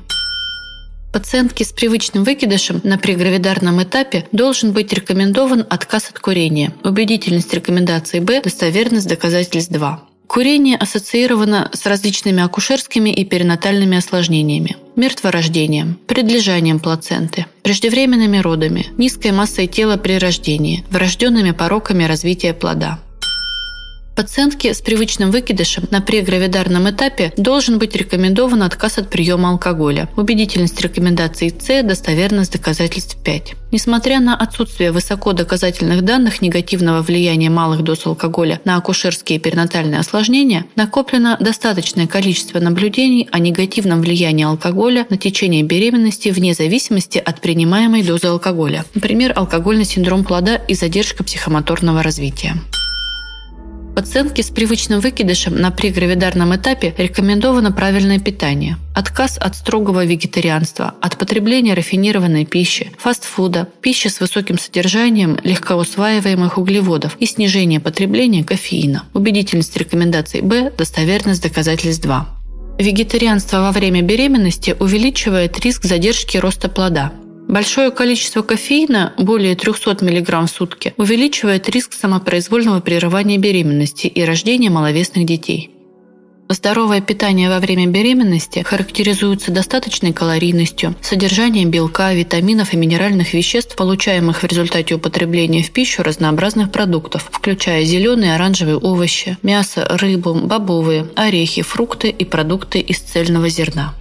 Пациентке с привычным выкидышем на прегравидарном этапе должен быть рекомендован отказ от курения. Убедительность рекомендаций Б, достоверность доказательств 2. Курение ассоциировано с различными акушерскими и перинатальными осложнениями: мертворождением, предлежанием плаценты, преждевременными родами, низкой массой тела при рождении, врожденными пороками развития плода. Пациентке с привычным выкидышем на прегравидарном этапе должен быть рекомендован отказ от приема алкоголя. Убедительность рекомендаций С, достоверность доказательств 5. Несмотря на отсутствие высокодоказательных данных негативного влияния малых доз алкоголя на акушерские и перинатальные осложнения, накоплено достаточное количество наблюдений о негативном влиянии алкоголя на течение беременности вне зависимости от принимаемой дозы алкоголя. Например, алкогольный синдром плода и задержка психомоторного развития. Пациентке с привычным выкидышем на прегравидарном этапе рекомендовано правильное питание, отказ от строгого вегетарианства, от потребления рафинированной пищи, фастфуда, пищи с высоким содержанием легкоусваиваемых углеводов и снижение потребления кофеина. Убедительность рекомендаций Б, достоверность доказательств 2. Вегетарианство во время беременности увеличивает риск задержки роста плода. Большое количество кофеина, более 300 мг в сутки, увеличивает риск самопроизвольного прерывания беременности и рождения маловесных детей. Здоровое питание во время беременности характеризуется достаточной калорийностью, содержанием белка, витаминов и минеральных веществ, получаемых в результате употребления в пищу разнообразных продуктов, включая зеленые и оранжевые овощи, мясо, рыбу, бобовые, орехи, фрукты и продукты из цельного зерна.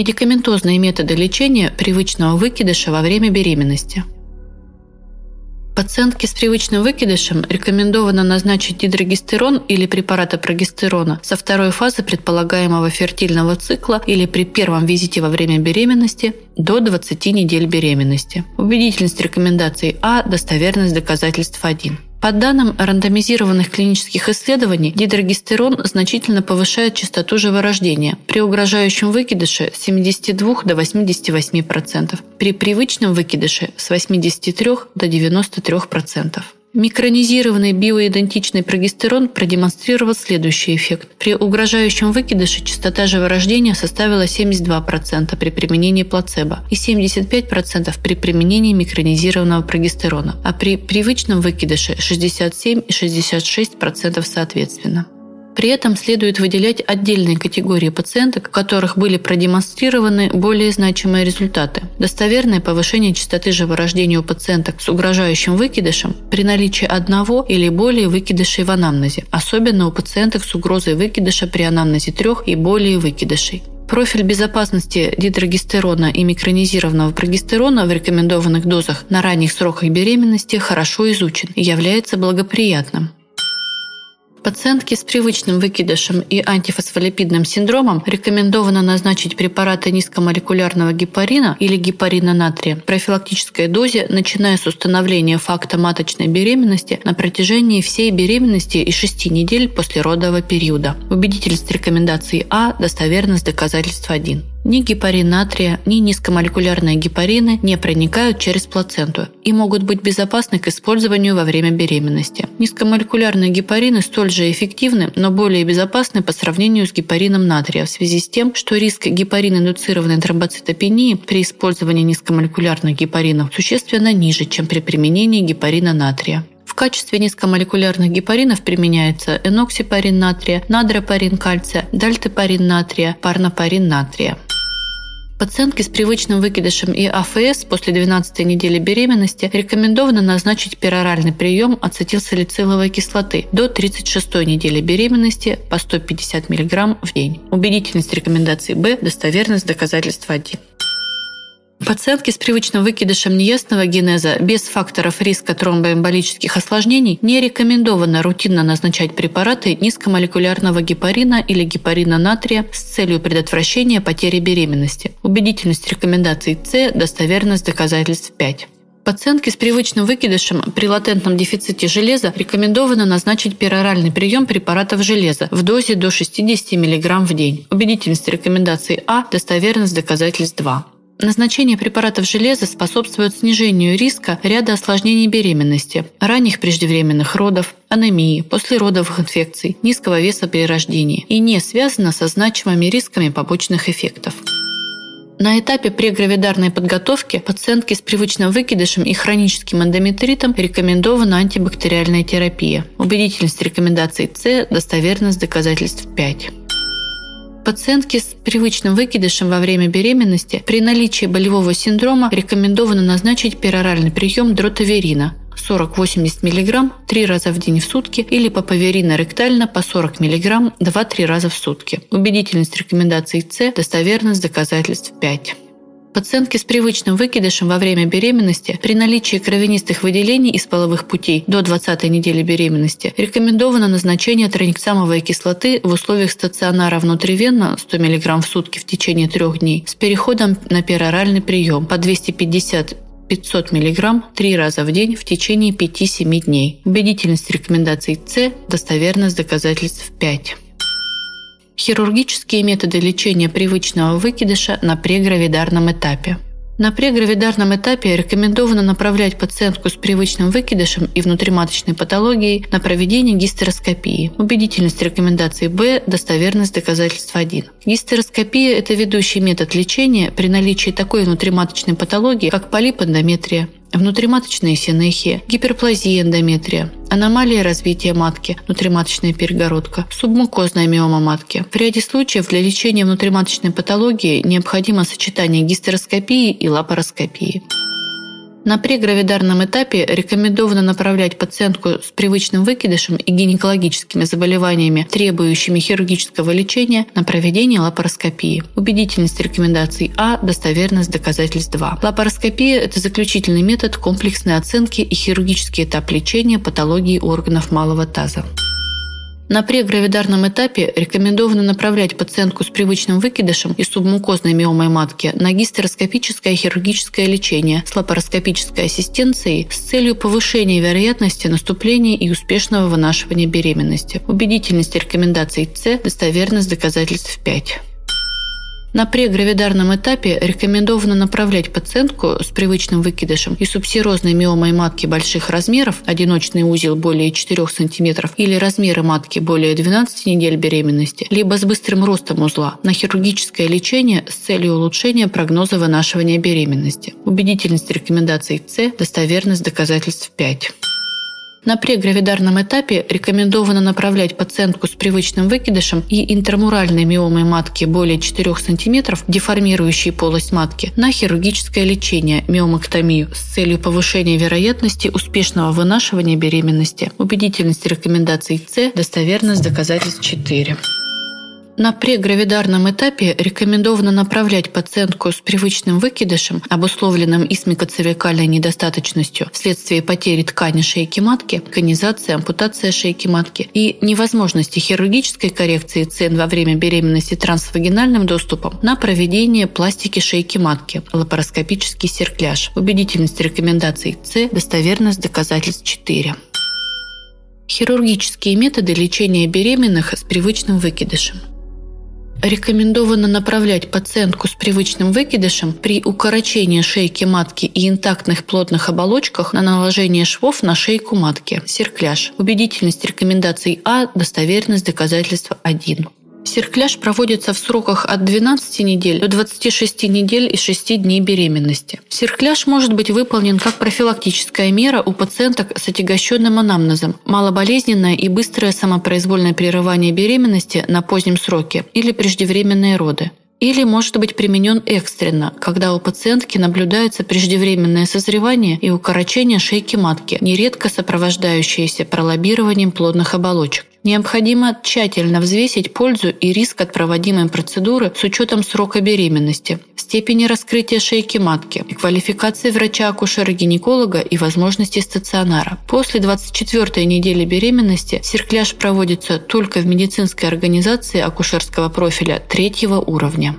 Медикаментозные методы лечения привычного выкидыша во время беременности. Пациентке с привычным выкидышем рекомендовано назначить дидрогестерон или препараты прогестерона со второй фазы предполагаемого фертильного цикла или при первом визите во время беременности до 20 недель беременности. Убедительность рекомендаций А, достоверность доказательств 1. По данным рандомизированных клинических исследований, дидрогестерон значительно повышает частоту живорождения при угрожающем выкидыше с 72 до 88%, при привычном выкидыше с 83 до 93%. Микронизированный биоидентичный прогестерон продемонстрировал следующий эффект. При угрожающем выкидыше частота живорождения составила 72% при применении плацебо и 75% при применении микронизированного прогестерона, а при привычном выкидыше 67% и 66% соответственно. При этом следует выделять отдельные категории пациенток, у которых были продемонстрированы более значимые результаты. Достоверное повышение частоты живорождения у пациенток с угрожающим выкидышем при наличии одного или более выкидышей в анамнезе, особенно у пациенток с угрозой выкидыша при анамнезе 3 и более выкидышей. Профиль безопасности дидрогестерона и микронизированного прогестерона в рекомендованных дозах на ранних сроках беременности хорошо изучен и является благоприятным. Пациентке с привычным выкидышем и антифосфолипидным синдромом рекомендовано назначить препараты низкомолекулярного гепарина или гепарина натрия в профилактической дозе, начиная с установления факта маточной беременности на протяжении всей беременности и 6 недель после родового периода. Убедительность рекомендаций А, достоверность доказательств 1. Ни гепарин натрия, ни низкомолекулярные гепарины не проникают через плаценту и могут быть безопасны к использованию во время беременности. Низкомолекулярные гепарины столь же эффективны, но более безопасны по сравнению с гепарином натрия в связи с тем, что риск гепарин-индуцированной тромбоцитопении при использовании низкомолекулярных гепаринов существенно ниже, чем при применении гепарина натрия. В качестве низкомолекулярных гепаринов применяется эноксипарин натрия, надропарин кальция, дальтепарин натрия, парнопарин натрия. Пациентке с привычным выкидышем и АФС после 12-й недели беременности рекомендовано назначить пероральный прием ацетилсалициловой кислоты до 36-й недели беременности по 150 мг в день. Убедительность рекомендаций Б, достоверность доказательств 1. Пациентке с привычным выкидышем неясного генеза без факторов риска тромбоэмболических осложнений не рекомендовано рутинно назначать препараты низкомолекулярного гепарина или гепарина натрия с целью предотвращения потери беременности. Убедительность рекомендаций С, достоверность доказательств 5. Пациентке с привычным выкидышем при латентном дефиците железа рекомендовано назначить пероральный прием препаратов железа в дозе до 60 мг в день. Убедительность рекомендаций А, достоверность доказательств 2. Назначение препаратов железа способствует снижению риска ряда осложнений беременности, ранних преждевременных родов, анемии, послеродовых инфекций, низкого веса при рождении и не связано со значимыми рисками побочных эффектов. На этапе прегравидарной подготовки пациентке с привычным выкидышем и хроническим эндометритом рекомендована антибактериальная терапия. Убедительность рекомендаций С, достоверность доказательств 5. Пациентке с привычным выкидышем во время беременности при наличии болевого синдрома рекомендовано назначить пероральный прием дротаверина 40-80 мг 3 раза в день в сутки или папаверина ректально по 40 мг 2-3 раза в сутки. Убедительность рекомендаций С, достоверность доказательств 5. Пациентке с привычным выкидышем во время беременности при наличии кровянистых выделений из половых путей до 20-й недели беременности рекомендовано назначение трониксамовой кислоты в условиях стационара внутривенно 100 мг в сутки в течение 3 дней с переходом на пероральный прием по 250-500 мг 3 раза в день в течение 5-7 дней. Убедительность рекомендаций С, достоверность доказательств 5. Хирургические методы лечения привычного выкидыша на прегравидарном этапе. На прегравидарном этапе рекомендовано направлять пациентку с привычным выкидышем и внутриматочной патологией на проведение гистероскопии. Убедительность рекомендаций Б, достоверность доказательств 1. Гистероскопия – это ведущий метод лечения при наличии такой внутриматочной патологии, как полип-эндометрия, внутриматочная синехия, гиперплазия эндометрия, аномалия развития матки, внутриматочная перегородка, субмукозная миома матки. В ряде случаев для лечения внутриматочной патологии необходимо сочетание гистероскопии и лапароскопии. На прегравидарном этапе рекомендовано направлять пациентку с привычным выкидышем и гинекологическими заболеваниями, требующими хирургического лечения, на проведение лапароскопии. Убедительность рекомендаций А, достоверность доказательств 2. Лапароскопия – это заключительный метод комплексной оценки и хирургический этап лечения патологии органов малого таза. На прегравидарном этапе рекомендовано направлять пациентку с привычным выкидышем и субмукозной миомой матки на гистероскопическое хирургическое лечение с лапароскопической ассистенцией с целью повышения вероятности наступления и успешного вынашивания беременности. Убедительность рекомендаций С, достоверность доказательств 5. На прегравидарном этапе рекомендовано направлять пациентку с привычным выкидышем и субсерозной миомой матки больших размеров, одиночный узел более 4 см или размеры матки более 12 недель беременности, либо с быстрым ростом узла, на хирургическое лечение с целью улучшения прогноза вынашивания беременности. Убедительность рекомендаций С, достоверность доказательств 5. На прегравидарном этапе рекомендовано направлять пациентку с привычным выкидышем и интрамуральной миомой матки более 4 см, деформирующей полость матки, на хирургическое лечение, миомэктомию, с целью повышения вероятности успешного вынашивания беременности. Убедительность рекомендаций С, достоверность доказательств 4. На прегравидарном этапе рекомендовано направлять пациентку с привычным выкидышем, обусловленным исмикоцервикальной недостаточностью вследствие потери ткани шейки матки, конизации, ампутация шейки матки и невозможности хирургической коррекции ЦН во время беременности трансвагинальным доступом, на проведение пластики шейки матки, лапароскопический серкляж. Убедительность рекомендаций С, достоверность доказательств 4. Хирургические методы лечения беременных с привычным выкидышем. Рекомендовано направлять пациентку с привычным выкидышем при укорочении шейки матки и интактных плотных оболочках на наложение швов на шейку матки, серкляж. Убедительность рекомендаций А, достоверность доказательства 1. Серкляж проводится в сроках от 12 недель до 26 недель и 6 дней беременности. Серкляж может быть выполнен как профилактическая мера у пациенток с отягощенным анамнезом, малоболезненное и быстрое самопроизвольное прерывание беременности на позднем сроке или преждевременные роды. Или может быть применен экстренно, когда у пациентки наблюдается преждевременное созревание и укорочение шейки матки, нередко сопровождающееся пролоббированием плодных оболочек. Необходимо тщательно взвесить пользу и риск от проводимой процедуры с учетом срока беременности, степени раскрытия шейки матки, квалификации врача-акушера-гинеколога и возможностей стационара. После 24-й недели беременности серкляж проводится только в медицинской организации акушерского профиля 3-го уровня.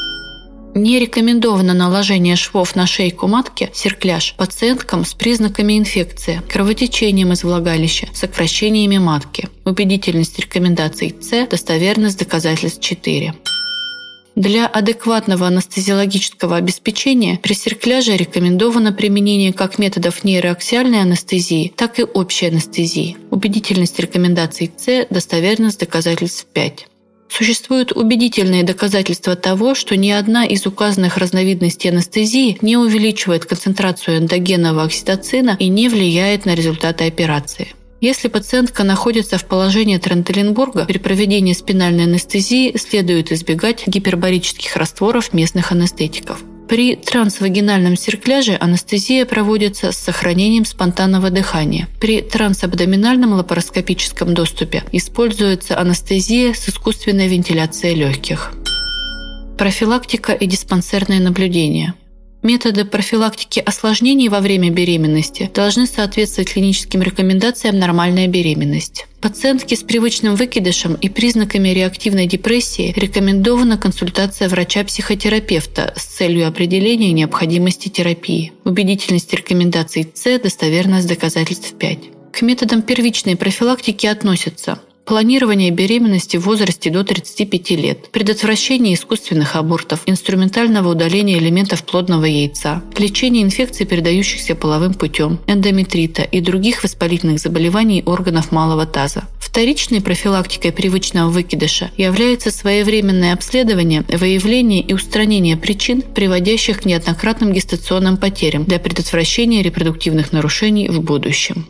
Не рекомендовано наложение швов на шейку матки, серкляж, пациенткам с признаками инфекции, кровотечением из влагалища, сокращениями матки. Убедительность рекомендаций С, достоверность доказательств 4. Для адекватного анестезиологического обеспечения при серкляже рекомендовано применение как методов нейроаксиальной анестезии, так и общей анестезии. Убедительность рекомендаций С, достоверность доказательств 5. Существуют убедительные доказательства того, что ни одна из указанных разновидностей анестезии не увеличивает концентрацию эндогенного окситоцина и не влияет на результаты операции. Если пациентка находится в положении Трентеленбурга, при проведении спинальной анестезии следует избегать гипербарических растворов местных анестетиков. При трансвагинальном серкляже анестезия проводится с сохранением спонтанного дыхания. При трансабдоминальном лапароскопическом доступе используется анестезия с искусственной вентиляцией легких. Профилактика и диспансерное наблюдение. Методы профилактики осложнений во время беременности должны соответствовать клиническим рекомендациям нормальной беременности. Пациентке с привычным выкидышем и признаками реактивной депрессии рекомендована консультация врача-психотерапевта с целью определения необходимости терапии. Убедительность рекомендаций С, достоверность доказательств 5. К методам первичной профилактики относятся планирование беременности в возрасте до 35 лет, предотвращение искусственных абортов, инструментального удаления элементов плодного яйца, лечение инфекций, передающихся половым путем, эндометрита и других воспалительных заболеваний органов малого таза. Вторичной профилактикой привычного выкидыша является своевременное обследование, выявление и устранение причин, приводящих к неоднократным гестационным потерям для предотвращения репродуктивных нарушений в будущем.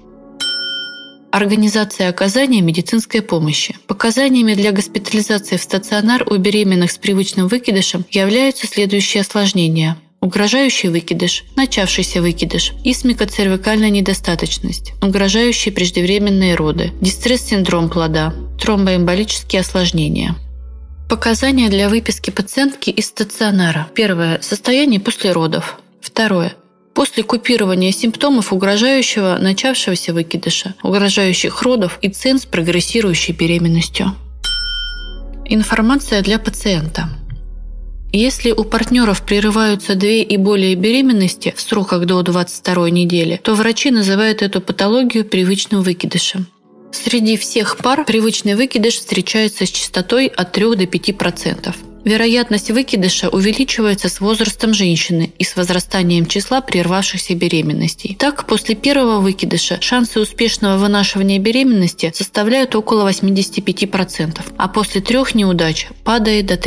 Организация оказания медицинской помощи. Показаниями для госпитализации в стационар у беременных с привычным выкидышем являются следующие осложнения: угрожающий выкидыш, начавшийся выкидыш, исмикоцервикальная недостаточность, угрожающие преждевременные роды, дистресс-синдром плода, тромбоэмболические осложнения. Показания для выписки пациентки из стационара. Первое. Состояние после родов. Второе. После купирования симптомов угрожающего начавшегося выкидыша, угрожающих родов и ЦИН с прогрессирующей беременностью. Информация для пациента. Если у партнеров прерываются 2 и более беременности в сроках до 22 недели, то врачи называют эту патологию привычным выкидышем. Среди всех пар привычный выкидыш встречается с частотой от 3 до 5%. Вероятность выкидыша увеличивается с возрастом женщины и с возрастанием числа прервавшихся беременностей. Так, после первого выкидыша шансы успешного вынашивания беременности составляют около 85%, а после 3 неудач падает до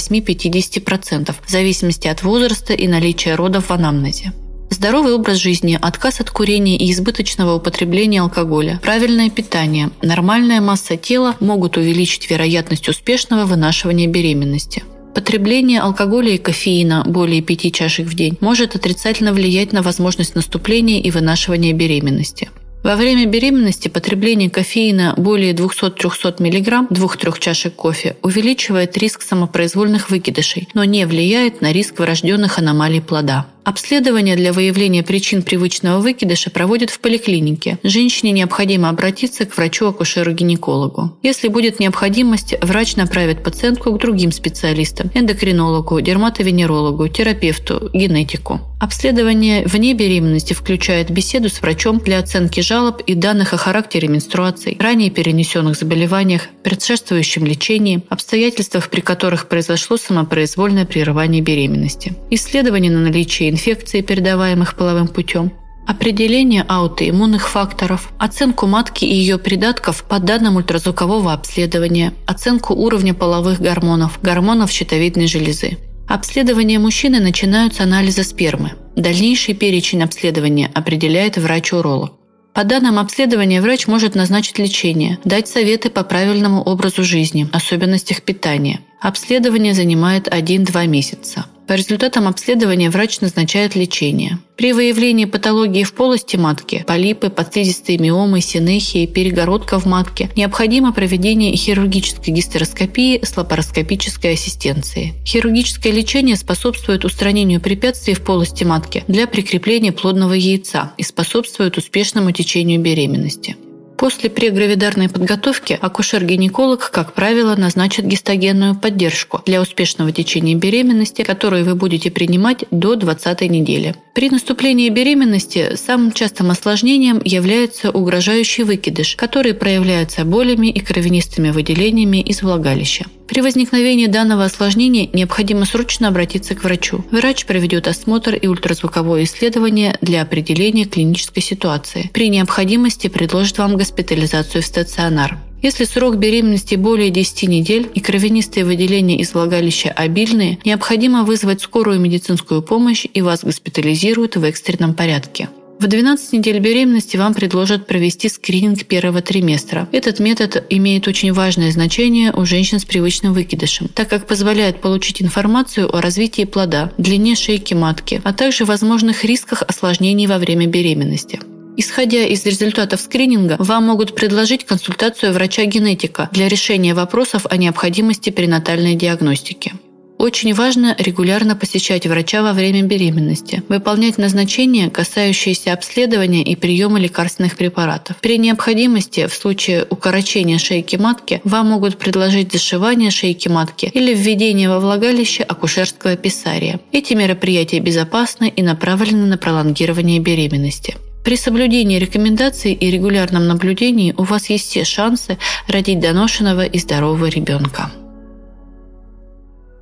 38-50%, в зависимости от возраста и наличия родов в анамнезе. Здоровый образ жизни, отказ от курения и избыточного употребления алкоголя, правильное питание, нормальная масса тела могут увеличить вероятность успешного вынашивания беременности. Потребление алкоголя и кофеина более 5 чашек в день может отрицательно влиять на возможность наступления и вынашивания беременности. Во время беременности потребление кофеина более 200-300 мг 2-3 чашек кофе увеличивает риск самопроизвольных выкидышей, но не влияет на риск врожденных аномалий плода. Обследование для выявления причин привычного выкидыша проводят в поликлинике. Женщине необходимо обратиться к врачу-акушеру-гинекологу. Если будет необходимость, врач направит пациентку к другим специалистам – эндокринологу, дерматовенерологу, терапевту, генетику. Обследование вне беременности включает беседу с врачом для оценки жалоб и данных о характере менструаций, ранее перенесенных заболеваниях, предшествующем лечении, обстоятельствах, при которых произошло самопроизвольное прерывание беременности. Исследование на наличие инфекций, передаваемых половым путем, определение аутоиммунных факторов, оценку матки и ее придатков по данным ультразвукового обследования, оценку уровня половых гормонов, гормонов щитовидной железы. Обследование мужчины начинают с анализа спермы. Дальнейший перечень обследования определяет врач-уролог. По данным обследования врач может назначить лечение, дать советы по правильному образу жизни, особенностях питания. Обследование занимает 1-2 месяца. По результатам обследования врач назначает лечение. При выявлении патологии в полости матки – полипы, подслизистые миомы, синехии, перегородка в матке – необходимо проведение хирургической гистероскопии с лапароскопической ассистенцией. Хирургическое лечение способствует устранению препятствий в полости матки для прикрепления плодного яйца и способствует успешному течению беременности. После прегравидарной подготовки акушер-гинеколог, как правило, назначит гистогенную поддержку для успешного течения беременности, которую вы будете принимать до 20-й недели. При наступлении беременности самым частым осложнением является угрожающий выкидыш, который проявляется болями и кровянистыми выделениями из влагалища. При возникновении данного осложнения необходимо срочно обратиться к врачу. Врач проведет осмотр и ультразвуковое исследование для определения клинической ситуации. При необходимости предложит вам госпитализацию в стационар. Если срок беременности более 10 недель и кровянистые выделения из влагалища обильные, необходимо вызвать скорую медицинскую помощь и вас госпитализируют в экстренном порядке. В 12 недель беременности вам предложат провести скрининг первого триместра. Этот метод имеет очень важное значение у женщин с привычным выкидышем, так как позволяет получить информацию о развитии плода, длине шейки матки, а также возможных рисках осложнений во время беременности. Исходя из результатов скрининга, вам могут предложить консультацию врача-генетика для решения вопросов о необходимости пренатальной диагностики. Очень важно регулярно посещать врача во время беременности, выполнять назначения, касающиеся обследования и приема лекарственных препаратов. При необходимости, в случае укорочения шейки матки, вам могут предложить зашивание шейки матки или введение во влагалище акушерского писария. Эти мероприятия безопасны и направлены на пролонгирование беременности. При соблюдении рекомендаций и регулярном наблюдении у вас есть все шансы родить доношенного и здорового ребенка.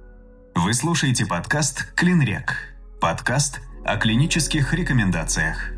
Вы слушаете подкаст «Клинрек». Подкаст о клинических рекомендациях.